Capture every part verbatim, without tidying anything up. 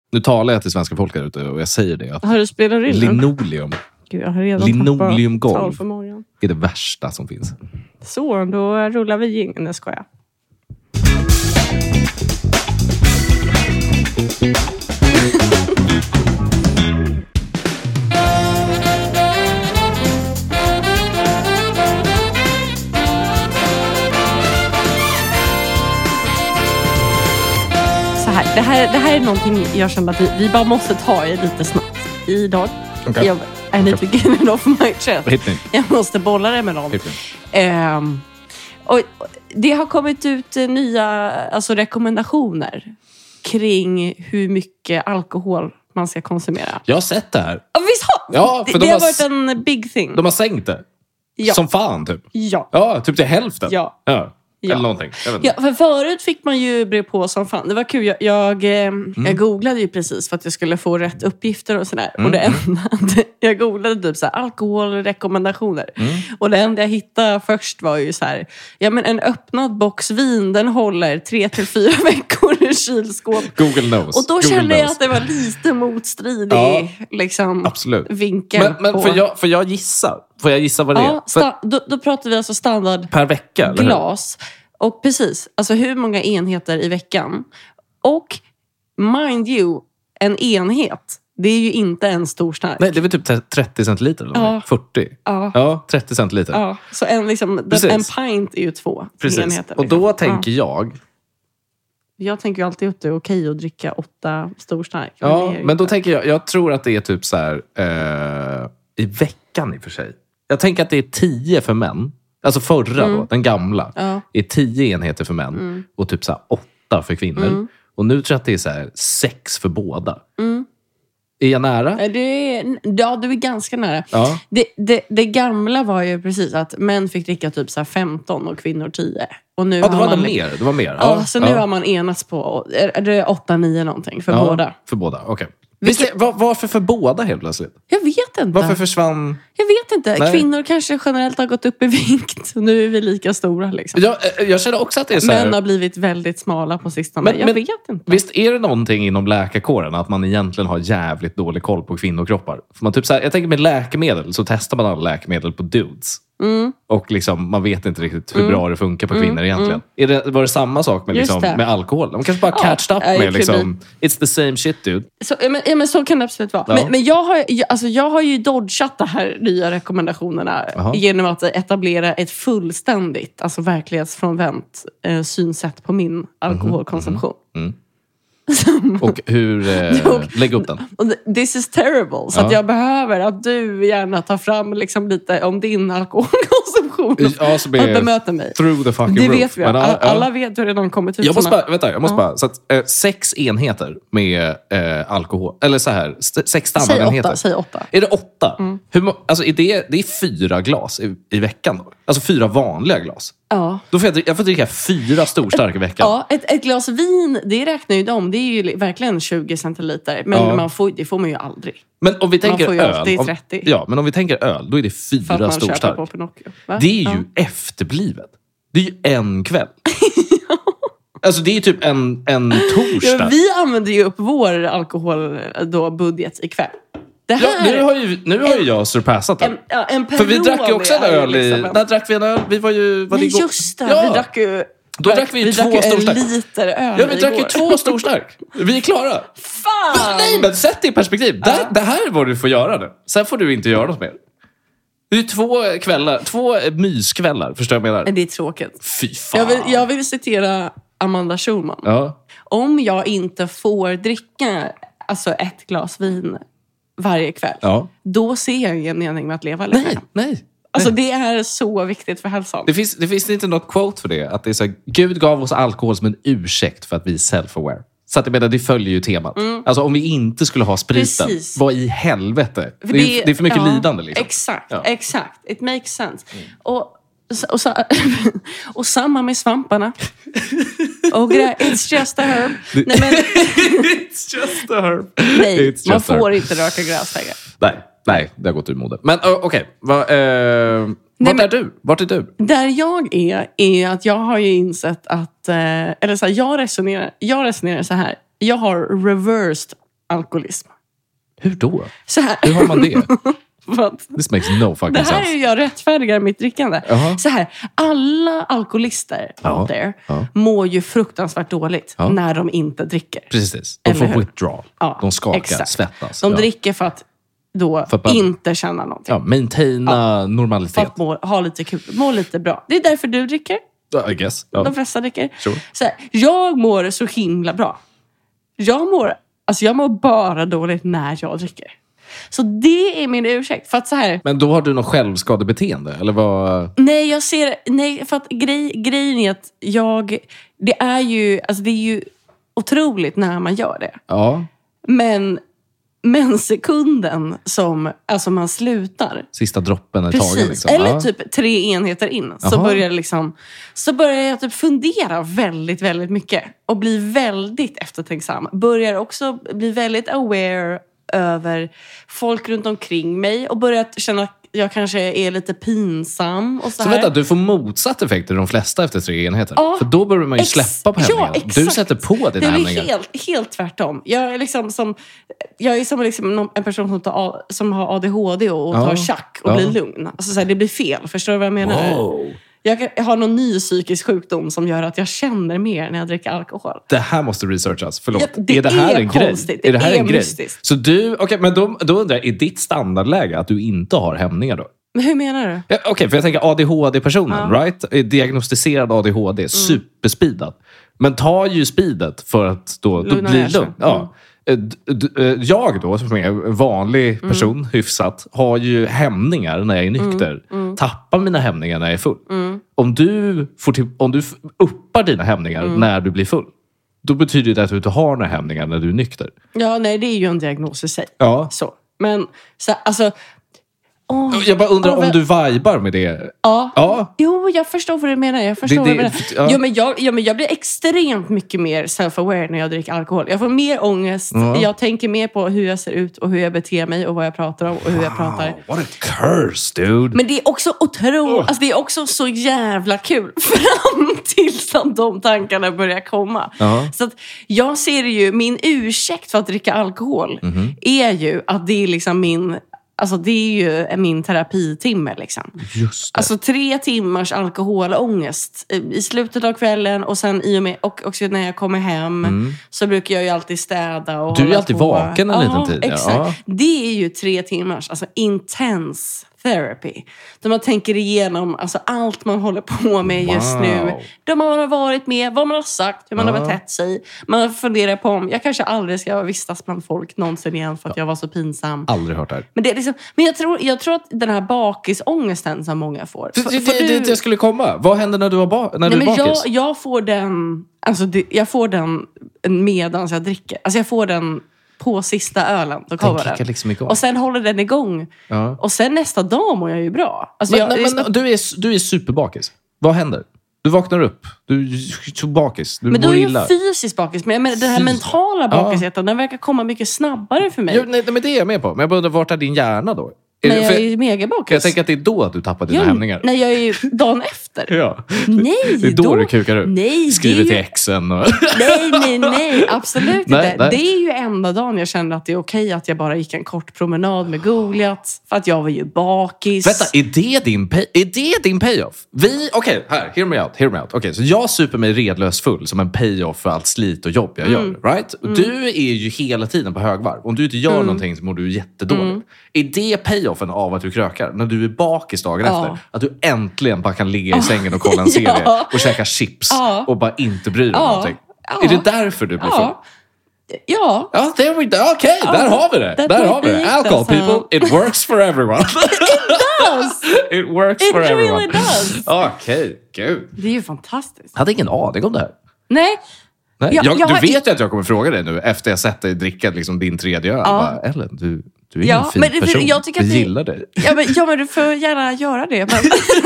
Nu talar jag till svenska folk där ute och jag säger det. Att har du spelat in? Linoleum. Gud, jag har redan Linoleumgolv för morgon. är det värsta som finns. Så, då rullar vi jingeln. Det ska jag. Det här, det här är någonting jag känner att vi, vi bara måste ta i lite snabbt idag. Okay. Jag är lite okay. Getting off my chest. Jag måste bolla det med dem. Um, och det har kommit ut nya alltså, rekommendationer kring hur mycket alkohol man ska konsumera. Jag har sett det här. Ja, visst har, ja, för det, de det har har varit en big thing. De har sänkt det. Ja. Som fan typ. Ja. Ja, typ till hälften. Ja. Ja. Ja. Eller någonting. Jag vet ja, för förut fick man ju brev på som fan. Det var kul. Jag, jag, mm. jag googlade ju precis för att jag skulle få rätt uppgifter och sådär. Mm. Och det enda, jag googlade typ så här, alkoholrekommendationer. Mm. Och det enda jag hittade först var ju så här, ja men en öppnad box vin, den håller tre till fyra veckor i kylskåp. Google knows. Och då Google kände jag knows. att det var lite motstridig ja, liksom, absolut. vinkel. Men, men på... får, jag, får jag gissa? Får jag gissa vad det ja, är? För... Sta- då, då pratar vi alltså standard per vecka, glas. Och precis, alltså hur många enheter i veckan. Och mind you, en enhet, det är ju inte en stor stark. Nej, det är väl typ trettio centiliter eller ja. fyrtio. Ja. ja, trettio centiliter. Ja, så en, liksom, en pint är ju två precis. enheter. Och då liksom. tänker ja. jag... Jag tänker ju alltid att det är okej att dricka åtta stor stark. Ja, men, men då tänker jag... Jag tror att det är typ så här... Eh, i veckan i och för sig. Jag tänker att det är tio för män. Alltså förra mm. då, den gamla. Ja. Är tio enheter för män. Mm. Och typ så här åtta för kvinnor. Mm. Och nu tror jag att det är så här sex för båda. Mm. Är jag nära? Det är, ja, du är ganska nära. Ja. Det, det, det gamla var ju precis att män fick dricka typ så här femton och kvinnor tio. Och nu ja, det har var man, mer. Det var mer. Ja, ja. så nu ja. har man enats på är det åtta nio någonting för ja, båda. För båda, okej. Okay. Vilket... Var, varför för båda helt plötsligt? Jag vet inte. Varför försvann... Jag vet inte. Nej. Kvinnor kanske generellt har gått upp i vikt. Nu är vi lika stora liksom. Jag, jag känner också att det är så här... Män har blivit väldigt smala på sistone. Men, jag men, vet inte. Visst är det någonting inom läkarkåren att man egentligen har jävligt dålig koll på kvinnokroppar? För man typ så här, jag tänker med läkemedel så testar man alla läkemedel på dudes. Mm. Och liksom, man vet inte riktigt hur mm. bra det funkar på kvinnor mm. egentligen. Mm. Är det, var det samma sak med, liksom, med alkohol? De kanske bara ja, catched up med liksom, it's the same shit dude. Så, ja, men, ja, men så kan det absolut vara. Ja. Men, men jag, har, jag, alltså, jag har ju dodgat de här nya rekommendationerna Aha. genom att etablera ett fullständigt, alltså verklighetsfrånvänt eh, synsätt på min alkoholkonsumtion. Mm. Mm. Och hur... Eh, och, lägg upp den. This is terrible. Så ja. att jag behöver att du gärna tar fram liksom lite om din alkoholkonsumtion. Ja, så att bemöta mig. Through the fucking det roof. vet vi. Men, alla, alla ja. vet hur det någon kommit ut. Jag måste såna... bara, vänta, jag måste ja. bara. Så att, eh, sex enheter med eh, alkohol. Eller så här, st- sex standardenheter. Säg åtta, säg åtta. Är det åtta? Mm. Hur, alltså, är det, det är fyra glas i, i veckan då? Alltså fyra vanliga glas? Ja. Då får jag, jag får dricka fyra storstarka i veckan. Ja, ett, ett glas vin, det räknar ju de. Det är ju verkligen tjugo centiliter. Men ja. man får, det får man ju aldrig. Men om vi tänker man får öl. alltid trettio. Om, ja, men om vi tänker öl, då är det fyra storstarka. Det är ju ja. efterblivet. Det är ju en kväll. Alltså det är typ en, en torsdag. Ja, vi använder ju upp vår alkoholbudget ikväll. Det här ja, nu har ju, nu har ju jag surpassat den. En, ja, en För vi drack ju också en öl i... Liksom. Där drack vi en öl. Vi var ju... Var Nej, det just det. Ja. Vi drack ju... Då drack vi, vi två drack storstark. en liter öl Ja, vi drack igår. ju två storstark. Vi är klara. Fan! Nej, men sätt det i perspektiv. Det, uh. det här är vad du får göra nu. Sen får du inte göra något mer. Det är två kvällar, två myskvällar, förstår jag menar. Det är tråkigt. Fy fan. Jag vill, jag vill citera Amanda Schulman. Ja. Om jag inte får dricka alltså ett glas vin varje kväll, ja. då ser jag ingen mening med att leva längre. Nej, nej. Alltså det är så viktigt för hälsan. Det finns, det finns inte något quote för det. Att det är så här, Gud gav oss alkohol som en ursäkt för att vi är self-aware. Så att jag menar, det följer ju temat. Mm. Alltså om vi inte skulle ha spriten, Precis. vad i helvete? Det är, det är för mycket ja, lidande liksom. Exakt, ja. exakt. It makes sense. Mm. Och, och, och, och samma med svamparna. Och it's just a herb. Nej, men, it's just a herb. Nej, it's man får inte röka gräs längre. Nej. Nej, det har gått ur mode. Men uh, okej, okay. uh, vart men, är du? Vart är du? Där jag är, är att jag har ju insett att... Uh, eller så här, jag, resonerar, jag resonerar så här. Jag har reversed alkoholism. Hur då? Så här. Hur har man det? What? This makes no fucking Det här sense. är ju jag rättfärdigar mitt drickande. Uh-huh. Så här, alla alkoholister Ja. out there Ja. mår ju fruktansvärt dåligt Ja. när de inte dricker. Precis. De Eller får hur? withdrawal. Ja, De skakar, exakt. svettas. De ja. dricker för att då För att bara- inte känna någonting. Ja, maintaina För normalitet. att må, ha lite kul, må lite bra. Det är därför du dricker. I guess. Ja. De flesta dricker. Sure. Så här, jag mår så himla bra. Jag mår, alltså jag mår bara dåligt när jag dricker. Så det är min ursäkt. För att så här, Men då har du något självskadebeteende? Eller vad? nej, jag ser... Nej, för att grej, grejen är att jag... Det är ju... Alltså det är ju otroligt när man gör det. Ja. Men... Men sekunden som alltså man slutar. Sista droppen är Precis. tagen. Liksom. Eller Ja. typ tre enheter in. Så Jaha. börjar, det liksom, så börjar jag typ fundera väldigt, väldigt mycket. Och bli väldigt eftertänksam. Börjar också bli väldigt aware över folk runt omkring mig. Och börjar känna att jag kanske är lite pinsam. Och så Så här. vänta, du får motsatt effekt i de flesta efter tre enheter. Ja. För då börjar man ju Ex- släppa på hämningarna. Ja, du exakt. sätter på dina Det blir hämningar. helt, helt tvärtom. Jag är liksom som, jag är som liksom någon- en person som, tar, A- som har A D H D och Ja. tar tjack och Ja. blir lugn. Alltså så här, det blir fel. Förstår du vad jag menar? Wow. Jag, kan, jag har någon ny psykisk sjukdom som gör att jag känner mer när jag dricker alkohol. Det här måste researchas. Förlåt. Ja, det är det här är en grej? konstigt. Är det Det här är en grej? mystiskt. Så du, okej, men då, då undrar jag, är ditt standardläge att du inte har hämningar då? Men hur menar du? Ja, okej, för jag tänker A D H D-personen, Ja. right? Är diagnostiserad A D H D, superspeedad. Men tar ju speedet för att då, då Lugna blir ner sig. lugn. Ja. Eh, d- d- eh, Jag då, som är en vanlig person, Mm. hyfsat, har ju hämningar när jag är nykter. Mm. Tappar mina hämningar när jag är full. Om du, får till, om du f- uppar dina hämningar Mm. när du blir full, då betyder det att du inte har några hämningar när du är nykter. Ja, nej, det är ju en diagnos i sig. Ja. Så. Men, så, alltså... Åh, Jag bara undrar åh, om men- du vibar med det. Ja. Ja. Jo, jag förstår vad du menar. Jag förstår Det- vad du det- menar. ja. Jo, men jag, ja, men jag blir extremt mycket mer self-aware när jag dricker alkohol. Jag får mer ångest. Ja. Jag tänker mer på hur jag ser ut och hur jag beter mig och vad jag pratar om och hur jag pratar. What a curse, dude. Men det är också otroligt, alltså det är också så jävla kul fram tills att de tankarna börjar komma. Ja. Så att jag ser ju, min ursäkt för att dricka alkohol Mhm. är ju att det är liksom min, alltså det är ju min terapitimme liksom. Just det. Alltså tre timmars alkoholångest i slutet av kvällen och sen i och med, och också när jag kommer hem så brukar jag ju alltid städa och Du är ju hålla alltid på. vaken en liten tid, ja. Exakt. Ja. Det är ju tre timmars, alltså intense therapy. Där man tänker igenom alltså, allt man håller på med just Wow. nu. De man har varit med, vad man har sagt, hur man Ja. har betett sig. Man funderar på om jag kanske aldrig ska vistas bland folk någonsin igen för att jag var så pinsam. Aldrig hört det här. Men, det är liksom, men jag, tror, jag tror att den här bakisången som många får. Det, Får- det, får det, du- det jag skulle komma. Vad händer när du, var ba- när Nej, du är men bakis? jag, jag får den alltså det, jag får den medans jag dricker. Alltså jag får den på sista ölen. Då kommer kickar den. liksom igång. Och sen håller den igång. Ja. Och sen nästa dag mår jag ju bra. Alltså Men, jag, nej, men, du, är, du är superbakis. Vad händer? Du vaknar upp. Du är så bakis. Du men då mår är jag illa. fysiskt bakis. Men jag menar, den här Fy- mentala bakisheten, den verkar komma mycket snabbare för mig. Jo, nej, men det är jag med på. Men jag bara undrar, vart är din hjärna då? Är när det- jag för- är megabakis. Jag tänker att det är då att du tappar dina Ja, hämningar. när jag är ju dagen efter. Ja. Nej, Det är då, då- du kukar upp. Nej, Skriver det är till ju- exen. Och... Nej, nej, nej. Absolut Nej, inte. nej. Det är ju enda dagen jag kände att det är okej att jag bara gick en kort promenad med Goliat. För att jag var ju bakis. Vänta, är det din, pay- är det din payoff? Vi, okej, här, hear me out, hear me out. Okej, så jag super mig redlös full som en payoff för allt slit och jobb jag Mm. gör, right? Och du är ju hela tiden på högvarv. Om du inte gör någonting så mår du jättedåligt. Mm. Är det payoffen av att du krökar? När du är bakis dagen Ja. efter? Att du äntligen bara kan ligga i sängen och kolla en serie Ja. och käka chips Ja. och bara inte bry dig om Ja. någonting? Ja. Är det därför du blir full? Ja. Ja. Ja, there we go. Okej, Ja, där har vi det. that Där might har vi be det. it, Alcohol, alltså. people. It works for everyone. Does. It works It for really everyone. does. Okej, gud. Det är ju fantastiskt. Jag hade ingen aning om det här. Nej. Nej, Jag- jag, jag du har vet ju att jag kommer fråga dig nu efter jag sett dig dricka liksom din tredje öl. Ja. Bara, Ellen, du, du är Ja, ingen fin men det- för person. jag tycker jag att det- gillar dig. Ja men, ja, men du får gärna göra det. Men...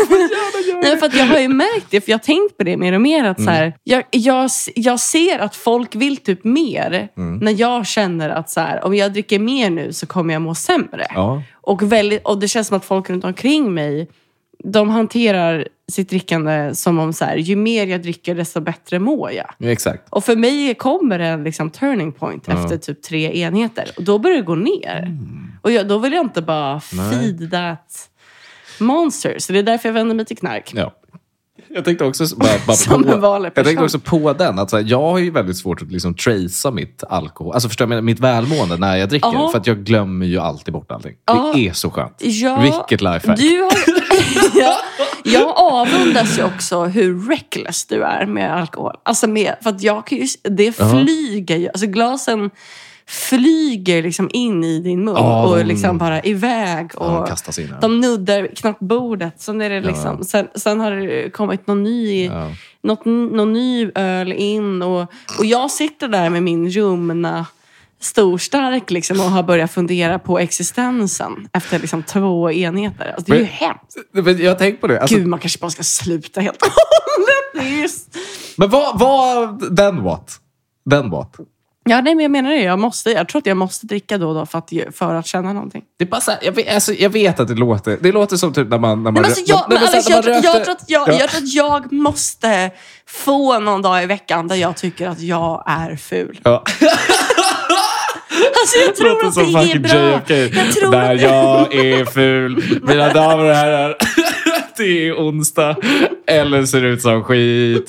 Nej, för att jag har ju märkt det, för jag har tänkt på det mer och mer. Att så här, jag, jag, jag ser att folk vill typ mer när jag känner att så här, om jag dricker mer nu så kommer jag må sämre. Ja. Och, väldigt, och det känns som att folk runt omkring mig de hanterar sitt drickande som om så här, ju mer jag dricker desto bättre mår jag. Ja, exakt. Och för mig kommer det en liksom turning point ja. efter typ tre enheter. Och då börjar det gå ner. Mm. Och jag, då vill jag inte bara Nej. feed that monster. Så det är därför jag vänder mig till knark. Ja. Jag tänkte också bara, bara på, jag tänkte också på den att så här, jag har ju väldigt svårt att liksom tracea mitt alkohol, alltså förstår jag, mitt välmående när jag dricker. Aha. För att jag glömmer ju alltid bort allting. Aha. Det är så skönt. Ja, vilket lifehack. Du har, ja, jag avundas ju också hur reckless du är med alkohol. Alltså med, för att jag kan ju, det flyger ju, alltså glasen flyger liksom in i din mun oh, och liksom bara iväg och ja, kastas in, ja. De nuddar knappt bordet. Sen, är det liksom, ja. sen, sen har det kommit någon ny, ja. något, någon ny öl in och, och jag sitter där med min ljumna storstark liksom och har börjat fundera på existensen efter liksom två enheter. Alltså, det är ju hemskt. Men jag tänker på det. Alltså, Gud, man kanske bara ska sluta helt och hållet. Men vad, vad, den what? Den what? Ja, nej, men jag menar det. Jag, måste, jag tror att jag måste dricka då och då för att, för att känna någonting. Det är bara så här, jag, vet, alltså, jag vet att det låter... Det låter som typ när man... När man, nej, alltså, jag, men, Alex, jag, jag, jag, tror att jag, ja. jag tror att jag måste få någon dag i veckan där jag tycker att jag är ful. Ja. Alltså, jag tror att det är bra. Jag tror där jag är ful. Mina damer och herrar. Det är onsdag. Eller ser ut som skit.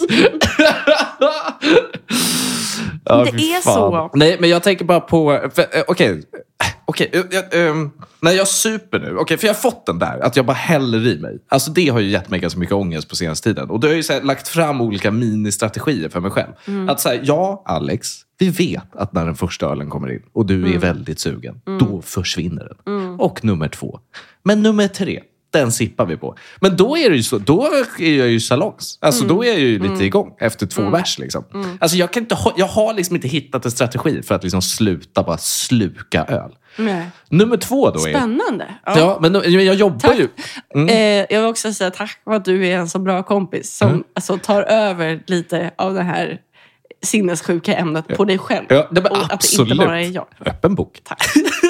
Ja, det är så. Nej, men jag tänker bara på... Okej, okej. Okay, okay, um, när jag super nu... Okej, okay, för jag har fått den där. Att jag bara häller i mig. Alltså det har ju gett mig ganska mycket ångest på senaste tiden. Och då har jag ju så här, lagt fram olika mini-strategier för mig själv. Mm. Att säga, ja, Alex... Vi vet att när den första ölen kommer in och du mm. är väldigt sugen, mm. då försvinner den. Mm. Och nummer två. Men nummer tre, den sippar vi på. Men då är det ju så, då är jag ju salongs. Alltså mm. då är jag ju lite mm. igång efter två mm. vers liksom. Mm. Alltså jag kan inte ha, jag har liksom inte hittat en strategi för att liksom sluta bara sluka öl. Nej. Nummer två då är... Spännande. Ja, ja men jag jobbar tack. ju. Mm. Eh, jag vill också säga tack för att du är en så bra kompis som mm. alltså, tar över lite av det här sinnessjuka ämnet på dig själv. Ja, det och absolut. Att det inte bara är jag. Öppen bok. Tack.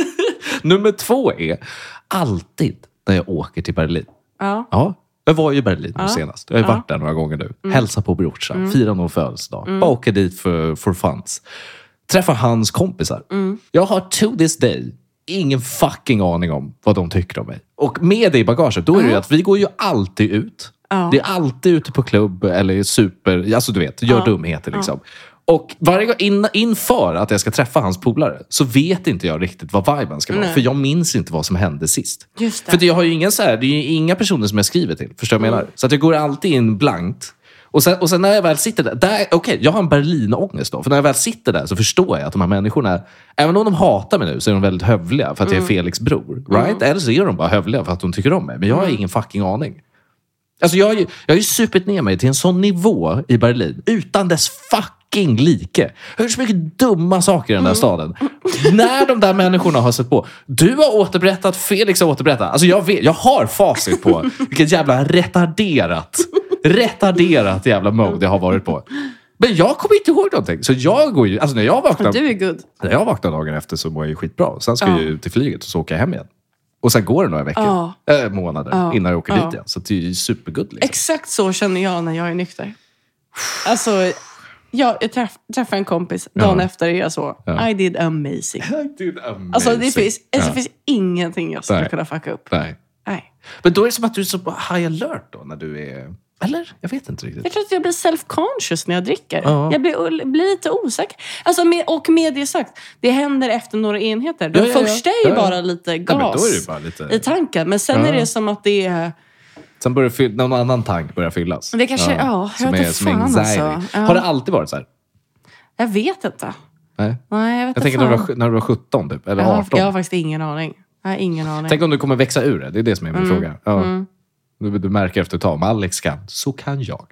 Nummer två är alltid när jag åker till Berlin. Ja. Ja. Jag var ju i Berlin ja. senast. Jag har ju ja. varit där några gånger nu. Mm. Hälsa på brorsan. Mm. Fira någon födelsedag. Mm. Bara åka dit för, for funs. Träffa hans kompisar. Mm. Jag har to this day ingen fucking aning om vad de tycker om mig. Och med det i bagaget, då är det ju ja. att vi går ju alltid ut. Ja. Det är alltid ute på klubb eller super, alltså du vet, gör ja. dumheter liksom. Ja. Och varje gång in, inför att jag ska träffa hans polare så vet inte jag riktigt vad viben ska vara. Nej. För jag minns inte vad som hände sist. Just det. För jag har ju ingen så här, det är ju inga personer som jag skriver till. Förstår du vad jag menar? Så att jag går alltid in blankt. Och sen, och sen när jag väl sitter där, där okej, okay, jag har en Berlin-ångest då. För när jag väl sitter där så förstår jag att de här människorna, även om de hatar mig nu så är de väldigt hövliga för att mm. jag är Felix bror. Right? Mm. Eller så är de bara hövliga för att de tycker om mig. Men jag har mm. ingen fucking aning. Alltså jag har ju, jag har ju supit ner mig till en sån nivå i Berlin utan dess fucking like. Jag har gjort så mycket dumma saker i den där mm. staden. När de där människorna har sett på. Du har återberättat, Felix har återberättat. Alltså jag vet, jag har facit på vilket jävla retarderat retarderat jävla mode jag har varit på. Men jag kommer inte ihåg någonting. Så jag går ju, alltså när jag vaknar, du är good. När jag vaknar dagen efter så mår jag ju skitbra. Sen ska ja. jag ut till flyget och så åker jag hem igen. Och sen går det några veckor, ja. äh, månader ja. innan jag åker ja. dit igen. Så det är ju supergood liksom. Exakt så känner jag när jag är nykter. Alltså, jag, jag träff, träffar en kompis. Dagen ja. efter är jag så, ja. I did amazing. I did amazing. Alltså det finns, ja. det finns ingenting jag skulle Nej. kunna fucka upp. Nej. Nej. Men då är det som att du är så high alert då när du är... Eller? Jag vet inte riktigt. Jag tror att jag blir self-conscious när jag dricker. Ja. Jag blir, blir lite osäker. Alltså med, och med det sagt, det händer efter några enheter. Den ja, ja, första ja. är ju ja, ja. bara lite gas ja, men då är det bara lite... i tanken. Men sen ja. är det som att det är... Sen börjar fyll... någon annan tank börjar fyllas. Det kanske, ja, ja jag som vet är, inte som fan anxiety. alltså. Ja. Har det alltid varit så här? Jag vet inte. Nej, Nej jag vet jag tänker när du, var, när du var sjutton typ, eller jag har, arton. Jag har faktiskt ingen aning. Jag har ingen aning. Tänk om du kommer växa ur det, det är det som är min mm. fråga. Ja. Mm. Du, du märker efter ett tag, om Alex kan, så kan jag.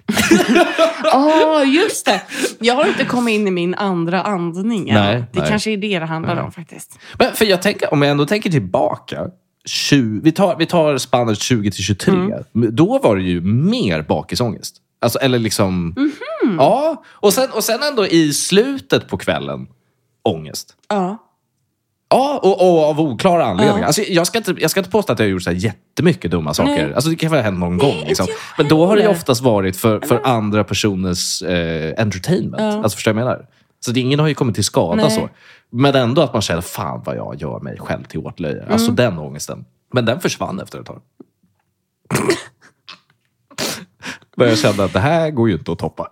Åh, oh, just det. Jag har inte kommit in i min andra andning. Nej, det nej. kanske är det det handlar nej. om faktiskt. Men för jag tänker, om jag ändå tänker tillbaka, tjugo, vi, tar, vi tar spannet tjugo till tjugotre. Mm. Då var det ju mer bakisångest. Alltså, eller liksom... Mm-hmm. Ja, och sen, och sen ändå i slutet på kvällen, ångest. Ja. Ja, och, och av oklara anledningar. Ja. Alltså, jag, ska inte, jag ska inte påstå att jag har gjort så här jättemycket dumma saker. Nej. Alltså, det kan väl ha hänt någon gång. Nej, Liksom. inte Men då har det ju heller. oftast varit för, för andra personers eh, entertainment. Ja. Alltså, förstår jag vad jag menar? Så det, ingen har ju kommit till skada. Nej. Så. Men ändå att man känner, fan vad jag gör mig själv till åtlöje. Mm. Alltså den ångesten. Men den försvann efter ett tag. Men jag kände att det här går ju inte att toppa.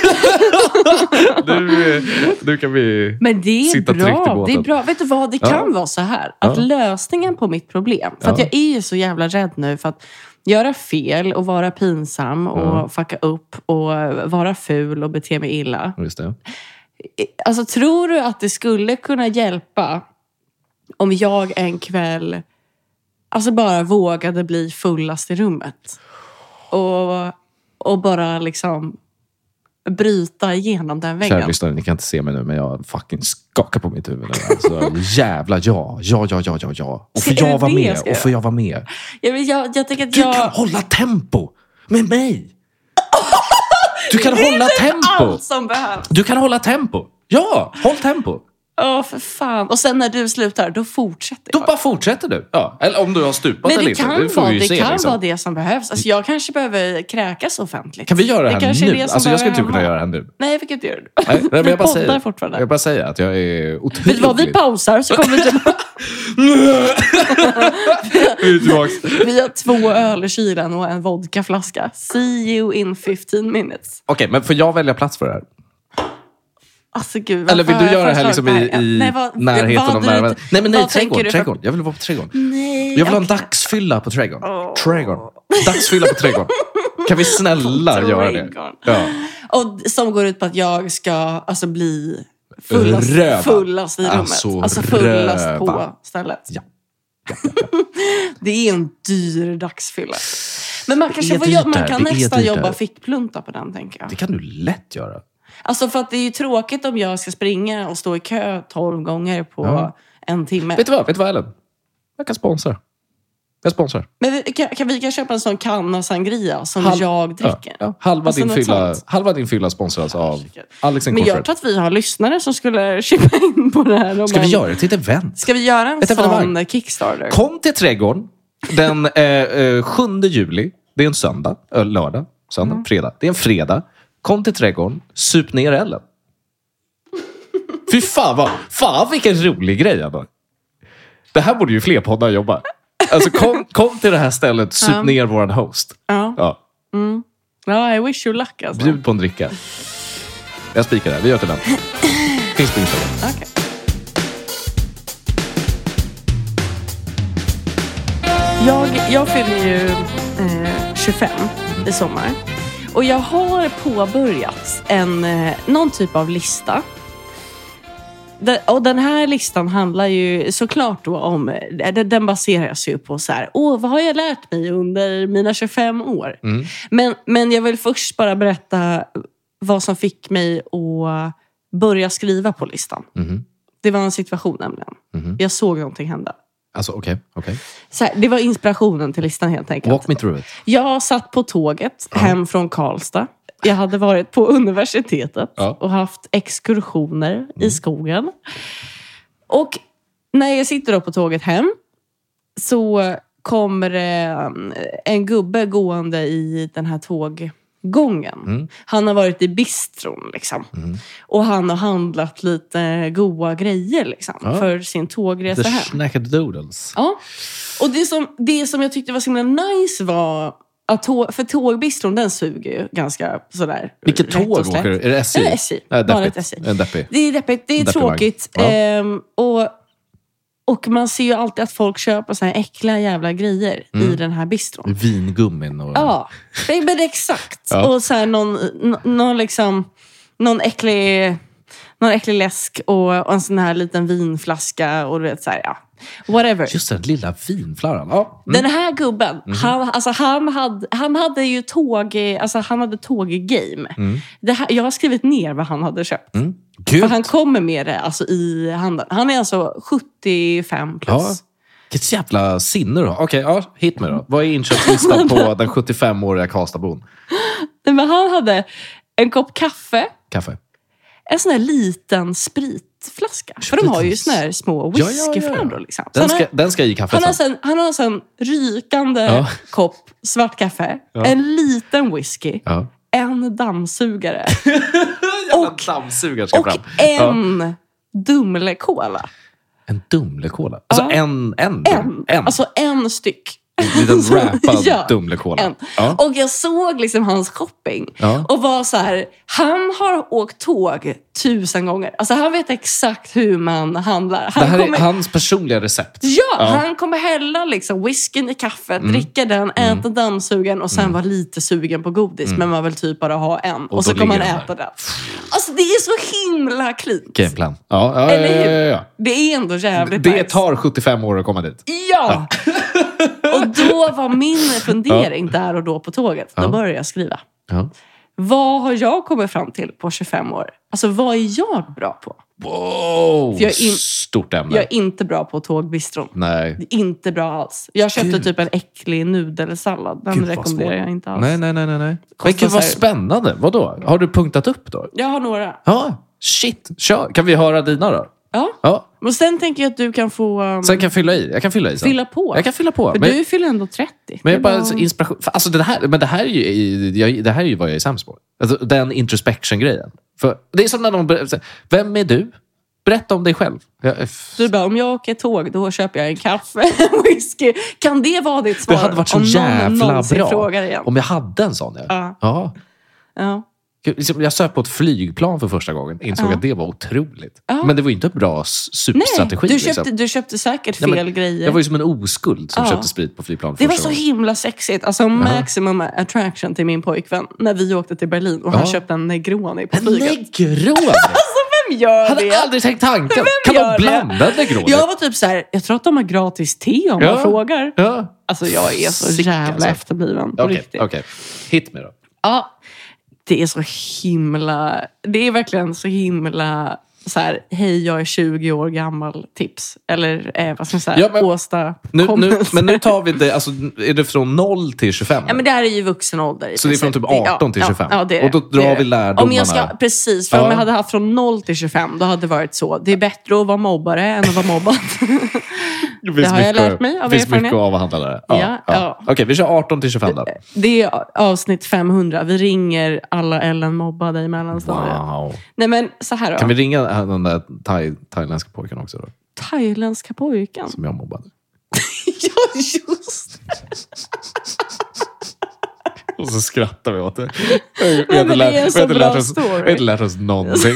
nu, nu kan vi Men det är sitta tryggt i bra. båten. Det är bra. Vet du vad? Det kan Ja. vara så här. Att Ja. lösningen på mitt problem. För Ja. att jag är ju så jävla rädd nu för att göra fel och vara pinsam och Ja. fucka upp och vara ful och bete mig illa. Just det. Alltså, tror du att det skulle kunna hjälpa om jag en kväll alltså bara vågade bli fullast i rummet? Och, och bara liksom bryta igenom den väggen. Kära lyssnare, ni kan inte se mig nu, men jag fucking skakar på mitt huvud. Alltså, jävla ja, ja, ja, ja, ja, ja. Och för Ska- är jag det var det med, jag ska och för jag var med. Jag, jag, jag tänker att Du jag... kan hålla tempo med mig. Du kan Det är hålla typ tempo. allt som behövs. Du kan hålla tempo. Ja, håll tempo. Åh, för fan. Och sen när du slutar, då fortsätter Då jag. bara fortsätter du. Ja. Eller om du har stupat Men eller det inte. kan, Det får vara, vi ju det se. kan Liksom. vara det som behövs. Alltså, jag kanske behöver kräkas offentligt. Kan vi göra det här kanske är nu? det som Alltså, jag ska behöver inte kunna hemma. göra det här nu. Nej, jag fick inte göra det. Nej, men vi jag bara poddar säger, fortfarande. jag bara säger att jag är otroligt... Vet du vad, vi pausar så kommer vi tillbaka. Vi har två öl i kylen och en vodkaflaska. See you in fifteen minutes. Okej, okay, men får jag välja plats för det här? Alltså gud, Eller vill du göra det här liksom i, i Nej, vad, närheten vad av du- närheten? Nej, men nej, vad tänker trädgården. du för- trädgården. Jag vill vara på trädgården. Nej, Jag vill ha en okej. dagsfylla på trädgården. Åh. Trädgården. Dagsfylla på trädgården. Kan vi snälla På göra det? trädgården. Ja. Och som går ut på att jag ska alltså bli fullast, Röva. fullast i rummet. Alltså, Alltså, fullast röva. på stället. Ja. Det är en dyr dagsfylla. Men man, kanske är får, dyrt jobba- man där, kan det är nästan dyrt jobba där. fickplunta på den, tänker jag. Det kan du lätt göra. Alltså för att det är ju tråkigt om jag ska springa och stå i kö tolv gånger på Ja. en timme. Vet du vad, Vet du vad Ellen? Jag kan sponsra. Jag sponsrar. Men vi, kan, kan vi kan köpa en sån kanna sangria som Halv- jag dricker? Ja, ja. Halva, Alltså din något fylla, sånt. halva din fylla sponsras av Alex Men jag Incorporated. tror att vi har lyssnare som skulle chippa in på det här. om Ska vi man- göra det till ett event? Ska vi göra en Ett sån evenemang. Kickstarter? Kom till trädgården den eh, eh, sjunde juli. Det är en söndag. Äh, lördag. Söndag. Mm. Fredag. Det är en fredag. Kom till trädgården. Sup ner Ellen. Fy fan, vad, fan vilken rolig grej ändå. Det här borde ju fler poddar jobba. Alltså kom, kom till det här stället. Sup Ja. ner våran host. Ja. Ja. Ja, I wish you luck alltså. Bjud på en dricka. Jag spikar det. Vi gör till den. Finns på Instagram. Okej. Jag, jag fyller ju eh, tjugofem i sommar. Och jag har påbörjat en, eh, någon typ av lista. Den, och den här listan handlar ju såklart då om, eh, den, den baseras ju på så här, åh, vad har jag lärt mig under mina tjugofem år? Mm. Men, men jag vill först bara berätta vad som fick mig att börja skriva på listan. Mhm. Det var en situation nämligen. Mhm. Jag såg någonting hända. Alltså okej. okej. Så här, det var inspirationen till listan helt enkelt. Walk me through it. Jag satt på tåget hem från Karlstad. Jag hade varit på universitetet Ja. och haft exkursioner i skogen. Och när jag sitter då på tåget hem så kommer det en gubbe gående i den här tåggången. Mm. Han har varit i bistron liksom. Och han har handlat lite goda grejer liksom, Ja. för sin tågresa The hem. snacked doodles. Ja, och det som, det som jag tyckte var så himla nice var att tåg, för tågbistron, den suger ju ganska sådär. Vilket rätt tåg och slätt. åker du? Är det S J? Eller S J. Ja, Vanligt deppigt. S J. En deppig. Det är deppigt, det är Deppig tråkigt. vagn. Ja. Ehm, och, och man ser ju alltid att folk köper så här äckliga jävla grejer Mm. i den här bistron. Vingummin och... Ja, det- men exakt. Ja. Och så här någon, nå- någon liksom, någon äcklig, någon äcklig läsk och, och en sån här liten vinflaska och du vet så här, ja. Whatever. Just den lilla vinflarran. Ja. Mm. Den här gubben, han, alltså han, hade, han hade ju tåg, alltså han hade tåg-game. Mm. Det här, jag har skrivit ner vad han hade köpt. Mm. Gud. För han kommer med det alltså, i handen. Han är alltså sjuttiofem plus. Ja. Vilket jävla sinne då. Okej, ja, hit med då. Vad är inköpslistan på den sjuttiofem-åriga Karlstadbon? Nej, men han hade en kopp kaffe, Kaffe. en sån här liten spritflaska. För de har ju såna här små whiskyflaskor. Ja, ja, ja. Liksom. Den, ska, den ska i kaffet han, har sen, han har en sån rykande ja. kopp svart kaffe. Ja. En liten whisky. Ja. En dammsugare. och dammsugare ska och fram. en ja. Dumlekola. En Dumlekola? Alltså ja. en, en, en. En. Alltså en styck. En liten rappad ja, Dumlekola. Ja. Och jag såg liksom hans shopping. Ja. Och var så här, han har åkt tåg tusen gånger. Alltså han vet exakt hur man handlar. Han det här kommer, är hans personliga recept. Ja, ja. Han kommer hälla liksom whiskyn i kaffet, mm. dricka den, äta mm. dammsugen och sen mm. vara lite sugen på godis. Mm. Men man vill typ bara ha en. Och, och så kommer han äta den. Alltså det är så himla klint. Gameplan. Ja, ja, ja, ja, ja, ja. Det är ändå jävligt Det nice. tar sjuttiofem år att komma dit. Ja! ja. Och då var min fundering ja. där och då på tåget. Då ja. började jag skriva. Ja. Vad har jag kommit fram till på tjugofem år? Alltså vad är jag bra på? Wow, För jag är in, stort ämne. Jag är inte bra på tågbistron. Nej. Det är inte bra alls. Jag köpte Gud. typ en äcklig nudelsallad. Den Gud, rekommenderar jag inte alls. Nej, nej, nej, nej. Men Gud, vad spännande. Vadå? Har du punktat upp då? Jag har några. Ja, shit. Kör. Kan vi höra dina då? Ja. ja. Och sen tänker jag att du kan få... Um, sen kan jag fylla i. Jag kan fylla i sen. Fylla på. Jag kan fylla på. För men, du fyller ändå trettio. Men jag bara bara... inspiration. Alltså det här, men det här är ju, jag, det här är ju vad jag är sämst på. Alltså, den introspection-grejen. För det är som när någon... Vem är du? Berätta om dig själv. Jag, du bara, om jag åker tåg, då köper jag en kaffe, en whisky. Kan det vara ditt svar? Det hade varit så om jävla bra. Frågar igen. Om jag hade en sån. Ja. Ja. ja. ja. Jag söp på ett flygplan för första gången. Insåg ja. att det var otroligt. Ja. Men det var ju inte en bra superstrategi. Nej, du köpte, liksom. du köpte säkert fel Nej, grejer. Jag var ju som en oskuld som ja. köpte sprit på flygplan Det var så gången. himla sexigt. Alltså ja. maximum attraction till min pojkvän. När vi åkte till Berlin och ja. han köpte en Negroni på flyget. En Negroni? Alltså vem gör det? Jag hade aldrig tänkt tanken. Kan de blanda Negroni? Jag var typ så här, jag tror att de har gratis te om ja. man frågar. Ja. Alltså jag är så Sick, jävla alltså. efterbliven. Okej, okay, okej. Okay. Hit me då. Ja. Det är så himla... Det är verkligen så himla... Så här, hej, jag är tjugo år gammal tips. Eller eh, vad ska man säga? Ja, men, Åsta nu, nu, men nu tar vi det... Alltså, är det från noll till tjugofem? Ja, men det här är ju vuxen ålder. Så det är från typ arton till tjugofem? Ja, det är och då drar det vi lärdomarna. Om jag ska, precis, för ja. om jag hade haft från noll till tjugofem, då hade det varit så. Det är bättre att vara mobbare än att vara mobbad. Det, det har jag lärt mig av erfarenhet. Det finns mycket att avhandla där. Ja, ja, ja. ja. Okej, okay, vi kör arton till tjugofem där. Det är avsnitt femhundra. Vi ringer alla Ellen mobbade i mellanstadiet. Wow. Nej, men så här då. Kan vi ringa den där thai, thailändska pojken också då? Thailändska pojken? Som jag mobbade. Ja, just Och så skrattar vi åt det. Vi har inte lärt, lärt, lärt oss någonting.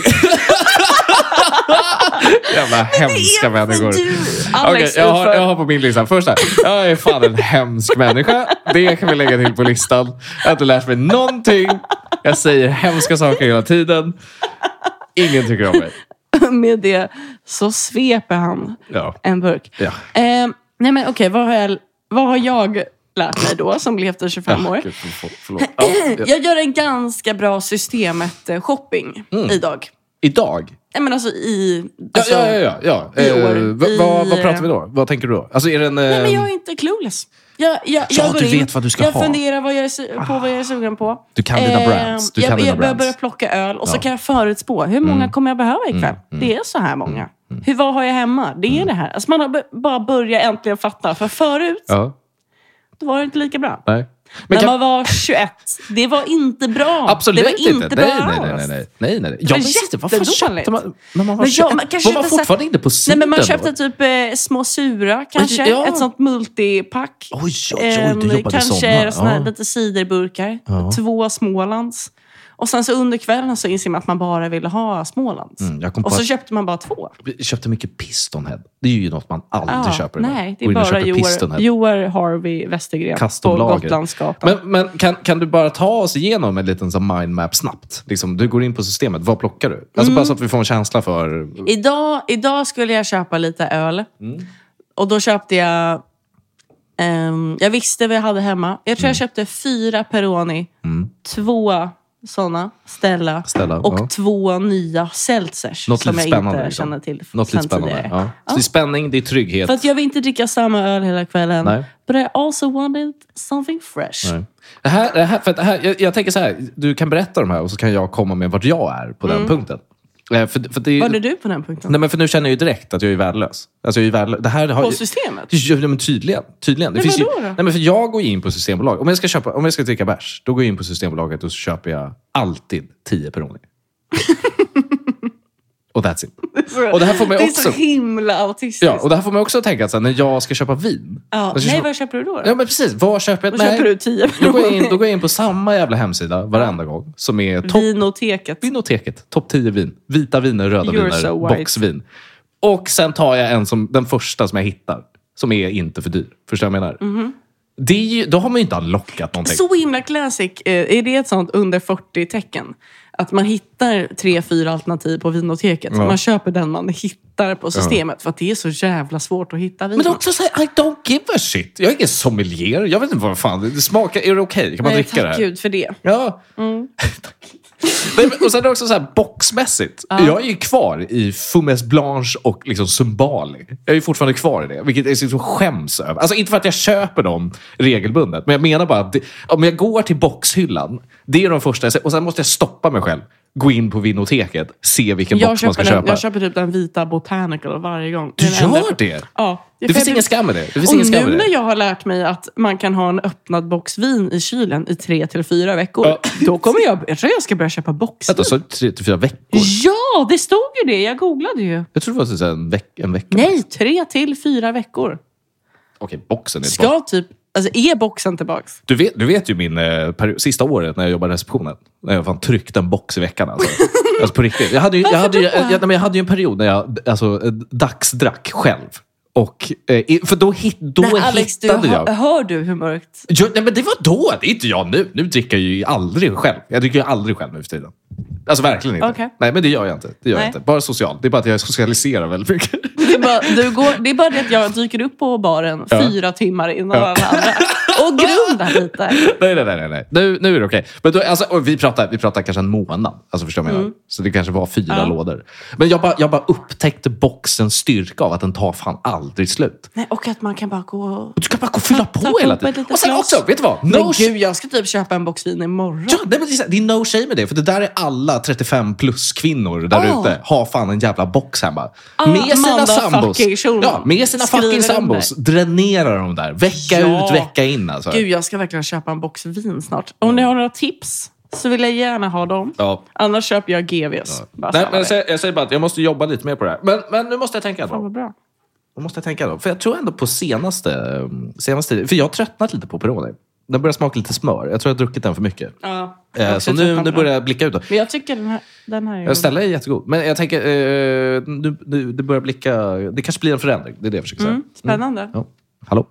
Jävla hemska människor. Okej, okay, jag, har, jag har på min lista. Första, jag är fan en hemsk människa. Det kan vi lägga till på listan. Jag har inte lärt mig någonting. Jag säger hemska saker hela tiden. Ingen tycker om mig. Med det så sveper han ja. en burk. Ja. Eh, nej men okej, okay, vad, har jag, vad har jag lärt mig då som levt i tjugofem år? Gud, förlåt, förlåt. Ja, ja. Jag gör en ganska bra systemet-shopping mm. idag. Idag? Nej men alltså i... Alltså, ja, ja, ja. ja. I år. Eh, v- I, vad, vad pratar vi då? Vad tänker du då? Alltså är det en... Eh... Nej men jag är inte clueless. Jag, jag, ja, jag du in, vet vad du ska jag ha. Jag funderar vad jag är, på vad jag är sugen på. Du kan dina brands. Du jag kan dina jag börjar brands. börja plocka öl och ja. så kan jag förutspå. Hur många mm. kommer jag behöva ikväll? Mm. Mm. Det är så här många. Mm. Hur, vad har jag hemma? Det är mm. det här. Alltså man har b- bara börjat äntligen fatta. För förut, ja. då var det inte lika bra. Nej. Men när kan... man var tjugoett, det var inte bra. Absolut det var inte. inte. Bra nej, nej, nej, nej, nej, nej. Ja, men det var jättedåligt. Man, när man var, men ja, man var man fortfarande inne på sidan. Nej, men man köpte då? typ eh, små sura kanske. Ja. Ett sånt multipack. Oj, oj, oj, du jobbade kanske såna. Ja. Lite ciderburkar. Ja. Två Smålands. Och sen så under kvällen så inser man att man bara ville ha Smålands. Mm, och så att... köpte man bara två. Jag köpte mycket Pistonhead. Det är ju något man aldrig ja, köper. Nej, det är bara Joar, Joar Harvey Westergren på Gotlandsgatan. Men, men kan, kan du bara ta oss igenom en liten så mindmap snabbt? Liksom, du går in på systemet. Vad plockar du? Alltså mm. bara så att vi får en känsla för... Idag, idag skulle jag köpa lite öl. Mm. Och då köpte jag... Um, jag visste vad jag hade hemma. Jag tror mm. jag köpte fyra Peroni. Mm. Två... såna, Stella, Stella och ja. två nya seltzers något som jag spännande, inte liksom. känner till något sen lite spännande. tidigare. Ja. Så det är spänning, det är trygghet. För att jag vill inte dricka samma öl hela kvällen. Nej. But I also wanted something fresh. Nej. Det här, det här, för det här, jag, jag tänker så här, du kan berätta de här och så kan jag komma med vart jag är på mm. den punkten. För, för det, var är du på den punkten? Nej, men för nu känner jag ju direkt att jag är värdelös. Alltså jag är värdelös. Det här har, på systemet? Ja, men tydligen. tydligen. Det men finns ju, då? nej, men för jag går in på Systembolag. Om jag ska, köpa, om jag ska dricka bärs, då går jag in på Systembolaget och så köper jag alltid tio Peroni. Och that's it. Så, och det här får mig det är också, så himla autistiskt. Ja, och det här får mig också tänka att så här, när jag ska köpa vin. Ja, nej, köpa, vad köper du då? då? Ja, men precis. Vad köper jag? Då nej, köper du tio då går, jag in, då går jag in på samma jävla hemsida varenda gång. Som är topp... Vinoteket. Vinoteket. Topp tio vin. Vita viner, röda You're viner, so white. boxvin. Och sen tar jag en som den första som jag hittar. Som är inte för dyr. Förstår jag menar? Mm-hmm. Det är ju, då har man ju inte unlockat någonting. Så himla classic. Är det ett sånt under fyrtio-tecken? Att man hittar tre, fyra alternativ på vinoteket. Ja. Man köper den man hittar på systemet. Ja. För att det är så jävla svårt att hitta vin. Men också säga, I don't give a shit. Jag är ingen sommelier. Jag vet inte vad fan. Det smakar, är det okej? Okay? Kan man Nej, dricka det här? Tack Gud för det. Ja. Mm. Och sen är det också så här boxmässigt. Ja. Jag är ju kvar i Fumez Blanche och liksom Zumbali. Jag är fortfarande kvar i det. Vilket jag liksom skäms över. Alltså inte för att jag köper dem regelbundet. Men jag menar bara att det, om jag går till boxhyllan. Det är de första jag ser. Och sen måste jag stoppa mig själv. Gå in på vinoteket. Se vilken jag box man ska den, köpa. Jag köper typ den vita Botanical varje gång. Du gör enda... det? Ja. Det, det finns ingen skam med det. det finns och ingen skam nu med det. när jag har lärt mig att man kan ha en öppnad box vin i kylen i tre till fyra veckor. Ja. Då kommer jag... Jag tror jag ska börja köpa boxvin. Alltså tre till fyra veckor? Ja, det stod ju det. Jag googlade ju. Jag tror det var så en, veck, en vecka. Nej, tre till fyra veckor. Okej, boxen är ska tillbaka. typ... Alltså, är boxen tillbaks? Du vet, du vet ju min eh, period, sista året när jag jobbade i receptionen. När jag fan tryckte en box i veckan. Alltså, alltså på riktigt. Jag hade ju, jag hade ju, jag, jag, jag hade ju en period när jag alltså, dagsdrack själv. Och, eh, för då, hit, då nej, Alex, hittade du, jag... Hör, hör du hur mörkt? Jo, nej, men det var då. Det är inte jag nu. Nu dricker jag ju aldrig själv. Jag dricker ju aldrig själv nu för tiden. Alltså verkligen inte. Okay. Nej, men det gör jag inte. Det gör jag inte. Bara socialt. Det är bara att jag socialiserar väldigt mycket. Det är bara, du går, det är bara det att jag dyker upp på baren ja. fyra timmar innan ja. alla andra. Och grundar lite. Nej, nej, nej. nej. Nu, nu är det okej. Okay. Men då, alltså, vi, pratar, vi pratar kanske en månad. Alltså förstår jag mm. Så det kanske var fyra ja. lådor. Men jag bara, jag bara upptäckte boxens styrka av att den tar fan aldrig slut. Nej, och att man kan bara gå... Du kan bara gå och fylla på hela tiden. Och sen också, vet du vad? No men gud, jag ska typ köpa en box vin imorgon. Ja, nej, men det är no shame med det. För det där är alla trettiofem plus kvinnor där oh. ute. Har fan en jävla box hemma. Ah, med sina sambos. Ja, med sina fucking sambos. Dränerar de där. Vecka ja. ut, vecka in. Alltså. Gud, jag ska verkligen köpa en box vin snart. Om ni har några tips så vill jag gärna ha dem. Ja. Annars köper jag G Vs. Ja. Nej, men jag, säger, jag säger bara att jag måste jobba lite mer på det här. Men, men nu måste jag tänka då. Fan, bra. Nu måste jag tänka då. För jag tror ändå på senaste... senaste för jag har tröttnat lite på Peroni. Den börjar smaka lite smör. Jag tror jag har druckit den för mycket. Ja, eh, så nu, nu börjar jag blicka ut då. Men jag tycker den här, den här är... Jag ställer är jättegod. Men jag tänker... Eh, nu, nu, det börjar blicka... Det kanske blir en förändring. Det är det jag försöker säga. Mm, spännande. Mm. Ja. Hallå?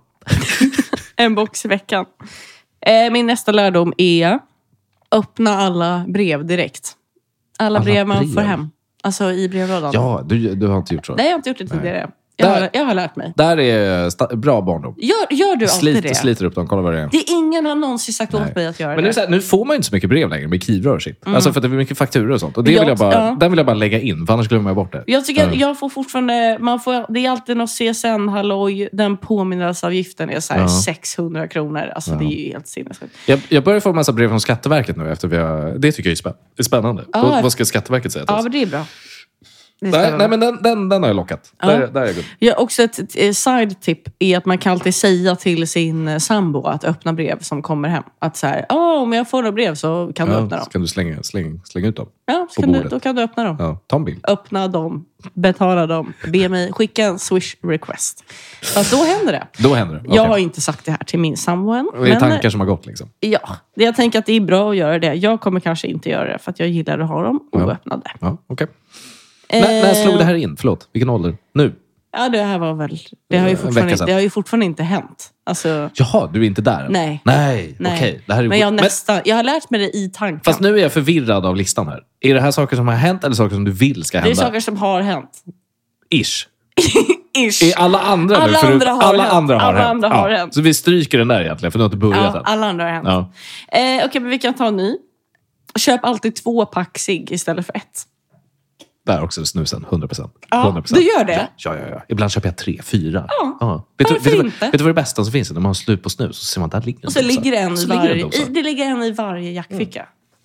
En box i veckan. Eh, min nästa lärdom är... Öppna alla brev direkt. Alla, alla brev man brev. får hem. Alltså i brevlådan. Ja, du, du har inte gjort så. Nej, jag har inte gjort det tidigare. Nej. Jag, där, har, jag har lärt mig. Där är sta- bra barndom. Gör, gör du Slit, alltid det? Sliter upp dem, kolla vad det är. Det är ingen har någonsin sagt Nej. åt mig att göra Men det. Nu, här, nu får man ju inte så mycket brev längre med kivrör och shit. Mm. Alltså för att det är mycket fakturor och sånt. Och det jag, vill jag bara, ja. den vill jag bara lägga in, för annars glömmer jag bort det. Jag tycker mm. att jag får fortfarande... Man får, det är alltid något C S N-halloj. Den påminnelseavgiften är så här ja. sexhundra kronor. Alltså ja. det är ju helt sinnessjukt. Jag, jag börjar få en massa brev från Skatteverket nu. Efter vi har, det tycker jag är, spä, är spännande. Ah. Vad, vad ska Skatteverket säga till oss? Ja, men det är bra. Nej, nej, men den, den, den har jag lockat. Ja. Där, där är jag god. Ja, också ett, ett side-tip är att man kan alltid säga till sin sambo att öppna brev som kommer hem. Att så här, oh, om jag får några brev så kan ja, du öppna dem. Så kan du slänga, släng, slänga ut dem. Ja, så kan du, då kan du öppna dem. Ja, ta en bild. Öppna dem, betala dem, be mig skicka en Swish request. Så att då händer det. Då händer det. Okay. Jag har inte sagt det här till min sambo än. Det är men, tankar som har gått liksom. Ja, jag tänker att det är bra att göra det. Jag kommer kanske inte göra det för att jag gillar att ha dem oöppnade. Ja, ja okej. Okay. När, när slog det här in? Förlåt, vilken ålder? Nu? Ja, det här var väl... Det har ju fortfarande, det har ju fortfarande inte hänt. Alltså, jaha, du är inte där? Nej. Nej, okej. Okay. Det här är men jag, nästa, men, jag har lärt mig det i tanken. Fast nu är jag förvirrad av listan här. Är det här saker som har hänt eller saker som du vill ska hända? Det är saker som har hänt. Ish. Ish. Är alla andra alla nu? Andra förut, har alla hänt. andra har, alla hänt. Andra har ja. hänt. Så vi stryker den där egentligen, för du har inte börjat ja, än. alla andra har hänt. Ja. Eh, Okej, okay, men vi kan ta en ny. Köp alltid två pack cigg istället för ett. Där också snusen, hundra procent. Ja, du gör det? Ja, ja, ja. Ibland köper jag tre, fyra. Ja, ja. Vet, du, vet, du, inte? vet du vad det bästa som finns? När man har slut på snus så ser man, där ligger och så ligger en i varje, i, det ligger en i varje jackficka. Mm.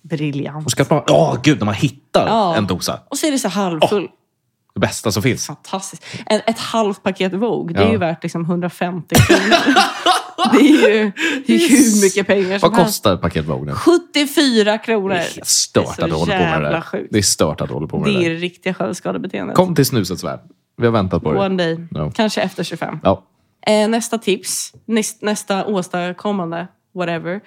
briljant. Och ska man, åh gud, när man hittar ja. en dosa. Och så är det så halvfull. Oh, det bästa som finns. Fantastiskt. En, ett halvt paket Vogue, det ja. är ju värt liksom hundrafemtio kronor. Det är ju det är hur mycket pengar som Vad kostar ett paket Vogue nu? sjuttiofyra kronor. Det är stört att du håller på med det där. Sjukt. Det är stört att du håller på med det där. Det är det riktiga självskadebeteendet. Kom till snusets värld. Vi har väntat på det. One day. No. Kanske efter tjugofem. Ja. Eh, nästa tips. Näst, nästa åstadkommande. Whatever.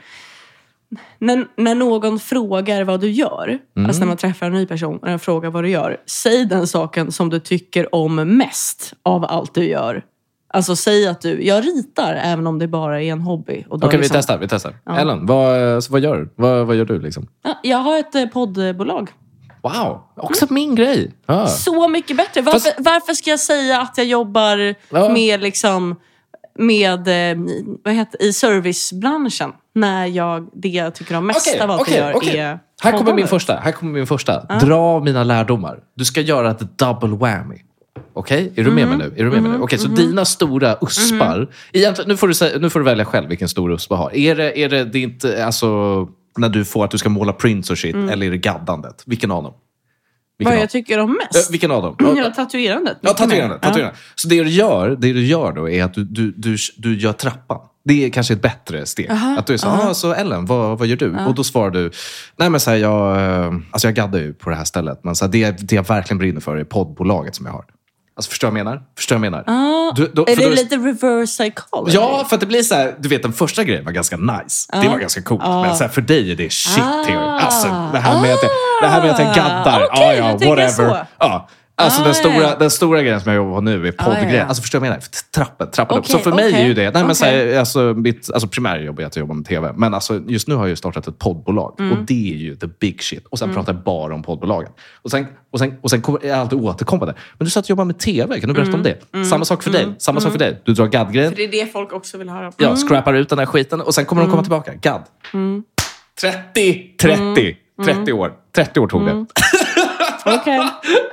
När, när någon frågar vad du gör. Mm. Alltså när man träffar en ny person. Och den frågar vad du gör. Säg den saken som du tycker om mest. Av allt du gör. Alltså säg att du, jag ritar även om det bara är en hobby. Okej, okay, liksom, vi testar. Vi testar. Ja. Ellen, vad, vad gör du? Vad, vad gör du liksom? Ja, jag har ett eh, poddbolag. Wow, också mm. min grej. Ah. Så mycket bättre. Varför, Fast... varför ska jag säga att jag jobbar ja. med liksom med eh, vad heter, i servicebranschen när jag det jag tycker om mest okay, av allt okay, jag gör okay. är här kommer min första. Här kommer min första. Ja. Dra av mina lärdomar. Du ska göra ett double whammy. Okej, okay? Är du med mm. mig nu? Är du med mm. mig nu? Okej, okay, så mm. dina stora uspar. Mm. Egentligen, nu får du säga, nu får du välja själv vilken stor usp du har. Är det är det, det är inte alltså när du får att du ska måla prints och shit mm. eller är det gaddandet? Vilken av dem? Vilken Vad av? jag tycker om mest? Äh, vilken av dem? Ja, tatuerandet. Ja, tatuerandet. tatuerandet. Ja. Så det du gör, det du gör då är att du du du du gör trappan. Det är kanske ett bättre steg. Aha, att du är så, ah, så Ellen, vad, vad gör du? Aha. Och då svarar du, nej men så här, jag, alltså jag gaddar ju på det här stället. Men så här, det, det jag verkligen brinner för är poddbolaget som jag har. Alltså förstår jag menar? Förstår jag menar? Ah, du, då, är det då, lite reverse psychology? Ja, för att det blir så här, du vet den första grejen var ganska nice. Ah. Det var ganska coolt. Ah. Men så här, för dig är det shit ah. here. Alltså det här med att jag, det här med att jag gaddar. Okay, ah, ja, whatever. Ja. Alltså ah, den, stora, ja. den stora grejen som jag jobbar på nu är poddgrejen. Ah, ja. Alltså förstår jag menar? Trappen, trappen okay, upp. Så för mig okay, är ju det. Nej, okay. men så här, alltså, mitt alltså, primärjobb är att jag jobbar med tv. Men alltså, just nu har jag ju startat ett poddbolag. Mm. Och det är ju the big shit. Och sen mm. pratar jag bara om poddbolagen. Och sen, och sen, och sen kommer jag alltid återkommande. Men du sa att du jobbar med tv. Kan du berätta mm. om det? Mm. Samma sak för dig. Samma mm. sak för dig. Du drar gadd-grejen. För det är det folk också vill höra. Mm. Ja, scrappar ut den här skiten. Och sen kommer mm. de komma tillbaka. Gadd. Mm. trettio, trettio, trettio år. trettio år tog mm. det. Okej. Okay.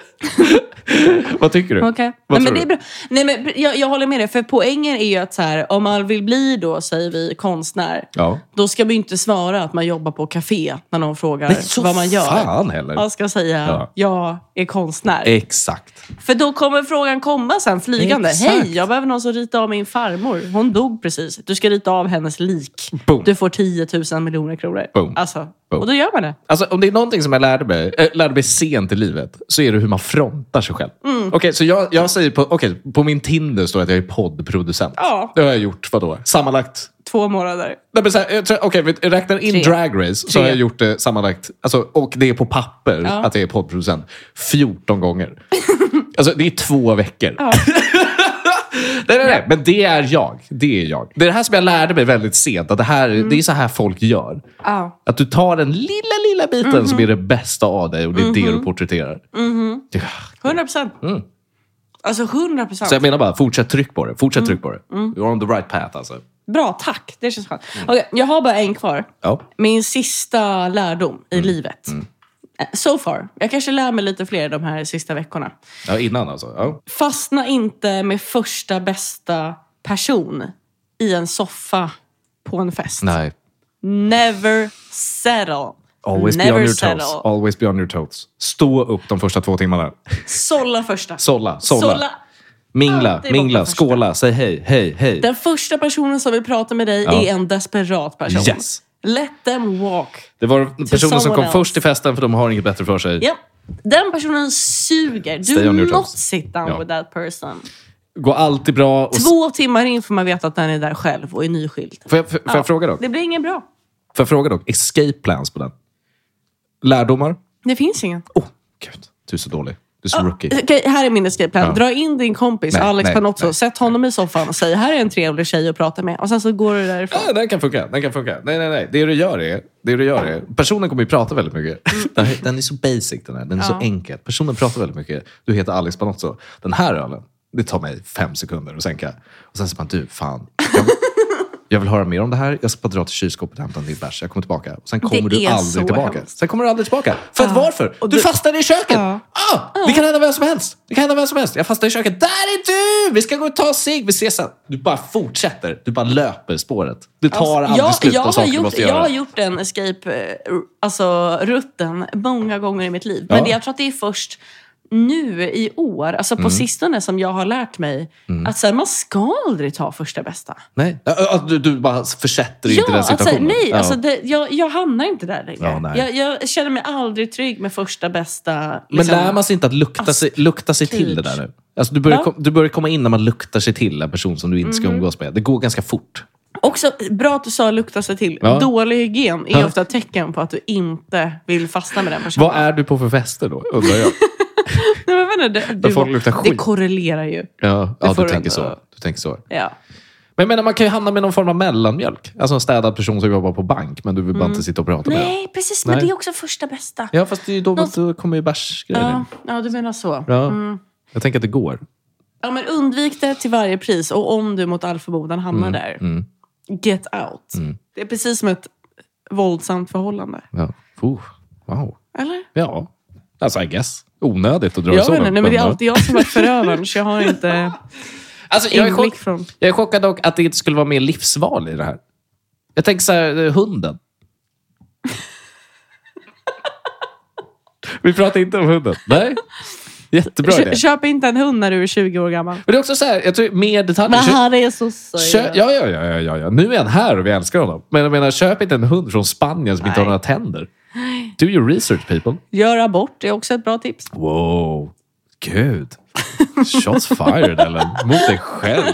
Vad tycker du? Okay. Nej, men det är bra. Nej, men jag, jag håller med dig. För poängen är ju att så här, om man vill bli då, säger vi, konstnär. Ja. Då ska man ju inte svara att man jobbar på café när någon frågar Nej, vad man gör. Fan heller. Man ska säga, ja. jag är konstnär. Exakt. För då kommer frågan komma sen flygande. Exakt. Hej, jag behöver någon som ritar av min farmor. Hon dog precis. Du ska rita av hennes lik. Boom. Du får tio tusen miljoner kronor. Boom. Alltså, Boom. Och då gör man det. Alltså om det är någonting som jag lärde mig, äh, lärde mig sent i livet, så är det hur man frontar sig själv. Mm. Okej, okay, så jag, jag säger på, okay, på min Tinder står att jag är poddproducent. Ja. Det har jag gjort, vadå? Sammanlagt två månader. Okej, okay, vi räknar in Tre. Drag Race. Så Tre. har jag gjort det sammanlagt. Alltså, och det är på papper ja. att jag är poddproducent. fjorton gånger. Alltså det är två veckor. Ja. nej, nej, nej. Men det är jag. Det är jag. Det är det här som jag lärde mig väldigt sent. Att det, här, mm. det är så här folk gör. Ja. Att du tar den lilla, lilla biten mm-hmm. som är det bästa av dig. Och det är mm-hmm. det du porträtterar. Mm-hmm. hundra procent. Mm. Alltså hundra procent. Så jag menar bara, fortsätt tryck på det. Fortsätt mm. tryck på det. Mm. You're on the right path alltså. Bra, tack. Det känns skönt. Mm. Okay, jag har bara en kvar. Ja. Min sista lärdom i mm. livet. Mm. So far. Jag kanske lär mig lite fler de här sista veckorna. Ja, innan alltså. Ja. Fastna inte med första bästa person i en soffa på en fest. Nej. Never settle. Always Never be on your settle. toes. Always be on your toes. Stå upp de första två timmarna. Sålla första. Sålla, sålla. sålla. Mingla, ah, mingla, skåla, säg hej, hej, hej. Den första personen som vill prata med dig ja. är en desperat person. Yes. Let them walk. Det var personen som kom else. först till festen för de har inget bättre för sig. Ja. Den personen suger. Do not toes. sit down ja. with that person. Går alltid bra. Och... Två timmar in får man veta att den är där själv och är nyskild. Får jag, får ja. jag fråga dock? Det blir ingen bra. Får jag fråga dock? Escape plans på den? Lärdomar? Det finns ingen. Åh, oh, gud. Du är så dålig. Du är så oh, rookie. Okay, här är min escape plan. Ja. Dra in din kompis nej, Alex nej, Panozzo. nej. Sätt honom i soffan och säg, här är en trevlig tjej att prata med. Och sen så går du därifrån. Ja, den kan funka. Den kan funka. Nej, nej, nej. Det du gör är... Det du gör är... Personen kommer ju prata väldigt mycket. Mm. Den, den är så basic den här. Den är ja. så enkel. Personen pratar väldigt mycket. Du heter Alex Panozzo. Den här ölen, det tar mig fem sekunder att sänka. Och sen säger man, du, fan. Jag, Jag vill höra mer om det här. Jag ska bara dra till kylskåpet och hämta en till bärs. Jag kommer tillbaka. Och sen kommer du aldrig tillbaka. Hemskt. Sen kommer du aldrig tillbaka. För att uh, varför? Du, du fastnade i köket. Uh, ah, uh. Det kan hända vem som helst. Det kan hända vem som helst. Jag fastnade i köket. Där är du! Vi ska gå och ta sig. Vi ses sen. Du bara fortsätter. Du bara löper spåret. Du tar alltså, aldrig jag, slut på saker du måste göra. Jag har gjort en escape, alltså rutten, många gånger i mitt liv. Men ja. det, jag tror att det är först nu i år, alltså på mm. sistone som jag har lärt mig mm. att så här, man ska aldrig ta första bästa. Nej, du, du bara försätter ja, inte den situationen. Alltså, nej, ja. alltså det, jag, jag hamnar inte där längre. Ja, jag, jag känner mig aldrig trygg med första bästa. Liksom, men lär man sig inte att lukta sig, lukta sig till det där nu? Alltså, du, börjar ja. kom, du börjar komma in när man luktar sig till en person som du inte ska mm. umgås med. Det går ganska fort. Också bra att du sa lukta sig till. Ja. Dålig hygien är ja. ofta ett tecken på att du inte vill fastna med den personen. Vad är du på för fester då, undrar jag? Nej, men vänta, det, du, var, det korrelerar ju. Ja, ja du, tänker så. du tänker så. Ja. Men jag menar, man kan ju hamna med någon form av mellanmjölk. Alltså en städad person som jobbar på bank, men du vill bara mm. inte sitta och prata Nej, med Nej, precis. Men Nej. det är också första bästa. Ja, fast det är då, Något... då kommer ju bärsgrejen. Ja, ja, du menar så. Ja. Mm. Jag tänker att det går. Ja, men undvik det till varje pris. Och om du mot all förmodan hamnar mm. där, mm. get out. Mm. Det är precis som ett våldsamt förhållande. Ja. Oh, wow. Eller? Ja, alltså I guess. Onödigt att dra ja, så. Nej, men det är alltid jag som varit förövaren, så jag har inte alltså, jag, är chock, från... jag är chockad dock att det inte skulle vara mer livsval i det här. Jag tänker så här, hunden. Vi pratar inte om hunden. Nej. Jättebra idé. Köp inte en hund när du är tjugo år gammal. Men det är också så här, jag tror mer detaljer. Men han är så så. Köp, ja, ja, ja, ja, ja. Nu är han här och vi älskar honom. Men jag menar, köp inte en hund från Spanien som Nej. inte har några tänder. Do your research, people. Gör abort är också ett bra tips. Wow. Gud. Shots fired, Ellen. Mot dig själv.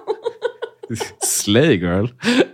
Slay, girl.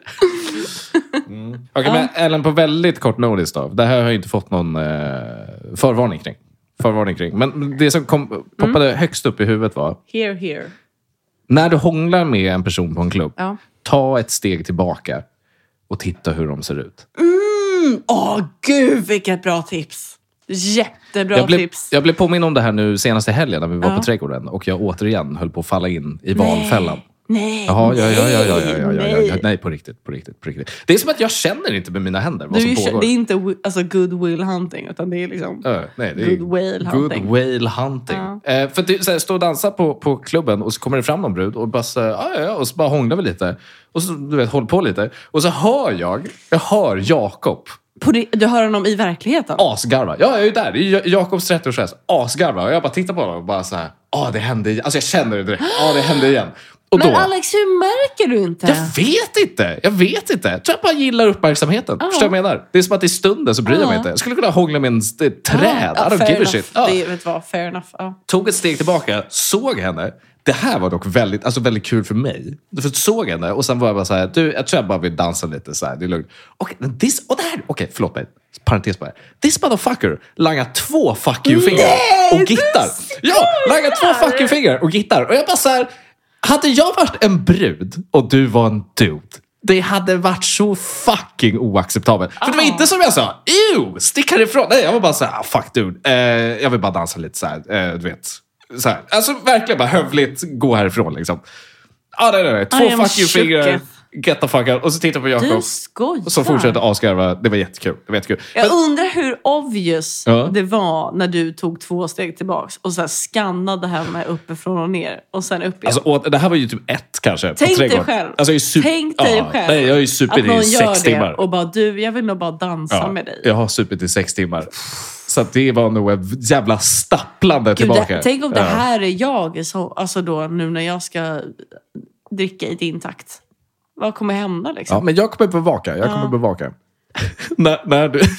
Mm. Okej, okay, ja. men Ellen, på väldigt kort notice då. Det här har jag inte fått någon eh, förvarning kring. Förvarning kring. Men det som kom, poppade mm. högst upp i huvudet var... Here, here. När du hånglar med en person på en klubb, ja. ta ett steg tillbaka och titta hur de ser ut. Mm. Åh, gud, vilket bra tips. Jättebra jag blev, tips. Jag blev påminn om det här nu senaste helgen när vi var ja. på trädgården. Och jag återigen höll på att falla in i valfällan. Nej, Jaha, nej, ja, ja, ja, ja, ja, ja, ja, ja. Nej, på riktigt, på riktigt, på riktigt. Det är som att jag känner inte med mina händer vad som pågår. Det är inte alltså, good will hunting, utan det är liksom uh, nej, det är good whale hunting. Good whale hunting. Uh. Eh, för att så här, stå och dansa på, på klubben och så kommer det fram någon brud och bara så, ah, ja, ja, och så bara hånglar vi lite. Och så, du vet, håller på lite. Och så hör jag, jag hör Jakob. På det, du hör honom i verkligheten? Asgarva. Ja, jag är ju där. Det är Jakobs trettio-årsfest. Asgarva. Och jag bara tittar på honom och bara så här, ah, det hände igen. Alltså jag känner det direkt. Ja, ah, det hände igen. Och men då, Alex, hur märker du inte? Jag vet inte. Jag vet inte. Jag tror jag bara gillar uppmärksamheten. Uh-huh. Förstår jag menar? Det är som att i stunden så bryr uh-huh. jag mig inte. Jag skulle kunna hångla med en st- träd. Uh-huh. I don't give a shit. Ja. Det vet vad, fair enough. Uh. Tog ett steg tillbaka, såg henne. Det här var dock väldigt, alltså väldigt kul för mig. För såg henne och sen var jag bara så här, du, jag tror jag bara vill dansa lite så här. Det är lugnt. Okej, okay, this, och det här, okej, okay, förlåt mig. Parentes på det. This motherfucker langar två fuck you-fingrar och gittar. Ja, langar två fuck you-fingrar och gittar. Och jag bara så här, hade jag varit en brud och du var en dude, det hade varit så fucking oacceptabelt. För det var inte som jag sa, ew, stick härifrån. Nej, jag var bara så här, ah, fuck dude. Eh, jag vill bara dansa lite så här, eh, du vet. Så här. Alltså verkligen bara hövligt, gå härifrån liksom. Ah, nej, nej, nej. Två fuck you-fingrar. Get the fuck out. Och så tittar på Jakob. Du skojar. Och så fortsätter asgarva. Det var jättekul. Det var jättekul. Jag Men, undrar hur obvious ja. det var när du tog två steg tillbaks och så här skannade henne uppifrån och ner. Och sen upp igen. Alltså, det här var ju typ ett kanske. Tänk dig själv. Alltså, jag är super, Tänk dig ja, själv. Nej, jag har ju supit i sex timmar. Och bara, du, jag vill nog bara dansa ja, med dig. Jag har supit i sex timmar. Så det var nog ett jävla stapplande Gud, tillbaka. Det, tänk om ja. det här är jag. Så, alltså då, nu när jag ska dricka i din takt. Vad kommer hända liksom? Ja, men jag kommer bevaka. Jag kommer ja. bevaka. när, när, du,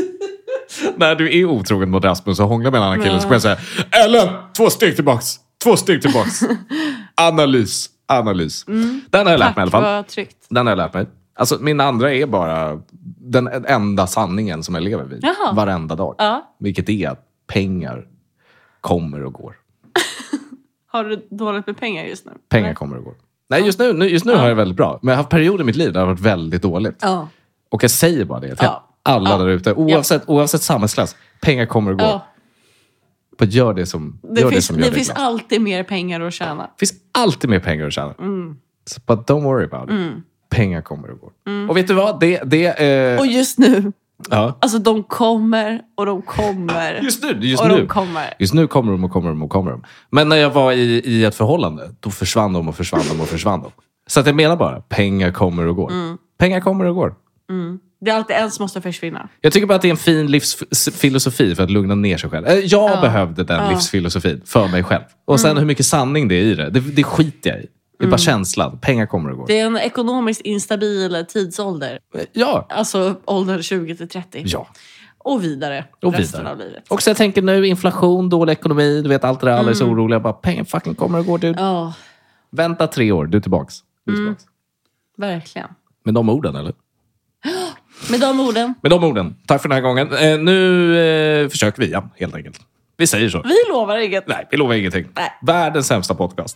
när du är otrogen mot Rasmus och hånglar med en annan kille ja. så kommer jag säga Ellen, två steg tillbaks. Två steg tillbaks. Analys. Analys. Mm. Den har jag lärt mig i alla fall. Vad tryggt. Den har jag lärt mig. Alltså min andra är bara den enda sanningen som jag lever vid. Jaha. Varenda dag. Ja. Vilket är att pengar kommer och går. Har du dåligt med pengar just nu? Pengar Nej. kommer och går. Nej, just nu, just nu ja. har jag väldigt bra. Men jag har haft perioder i mitt liv där det har varit väldigt dåligt. Ja. Och jag säger bara det till ja. alla ja. där ute. Oavsett, ja. oavsett samhällsklass. Pengar kommer och går. Ja. Bara gör det som, det gör finns, det som gör det det finns bra. alltid mer pengar att tjäna. Det finns alltid mer pengar att tjäna. Mm. So, but don't worry about it. Mm. Pengar kommer och går. Mm. Och vet du vad? Det, det, eh... Och just nu. Ja. Alltså de kommer och de kommer. Just nu, just och nu. De kommer. Just nu kommer de och kommer de och kommer de. Men när jag var i, i ett förhållande, då försvann de och försvann de och försvann de. Så att jag menar bara, pengar kommer och går. Mm. Pengar kommer och går. Mm. Det är alltid en som måste försvinna. Jag tycker bara att det är en fin livsfilosofi för att lugna ner sig själv. Jag ja. behövde den ja. livsfilosofin för mig själv. Och sen mm. hur mycket sanning det är i det, det, det skiter jag i. Det är bara mm. känslan. Pengar kommer och går. Det är en ekonomiskt instabil tidsålder. Ja. Alltså ålder tjugo till trettio. Ja. Och vidare. Och resten vidare. av livet. Och så jag tänker nu, inflation, dålig ekonomi, du vet allt det där, alla är så oroliga. Bara, pengar fucking kommer och går. Du. Oh. Vänta tre år, du är tillbaks. Du är tillbaks. Mm. Verkligen. Med de orden, eller? Med de orden. Med de orden. Tack för den här gången. Eh, nu eh, försöker vi igen, helt enkelt. Vi säger så. Vi lovar inget. Nej, vi lovar ingenting. Nej. Världens sämsta podcast.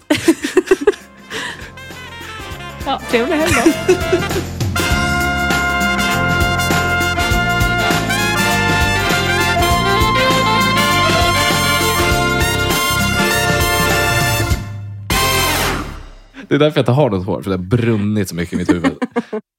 Ja, trevlig helg då. Det är därför jag inte har något hår, för det har brunnit så mycket i mitt huvud.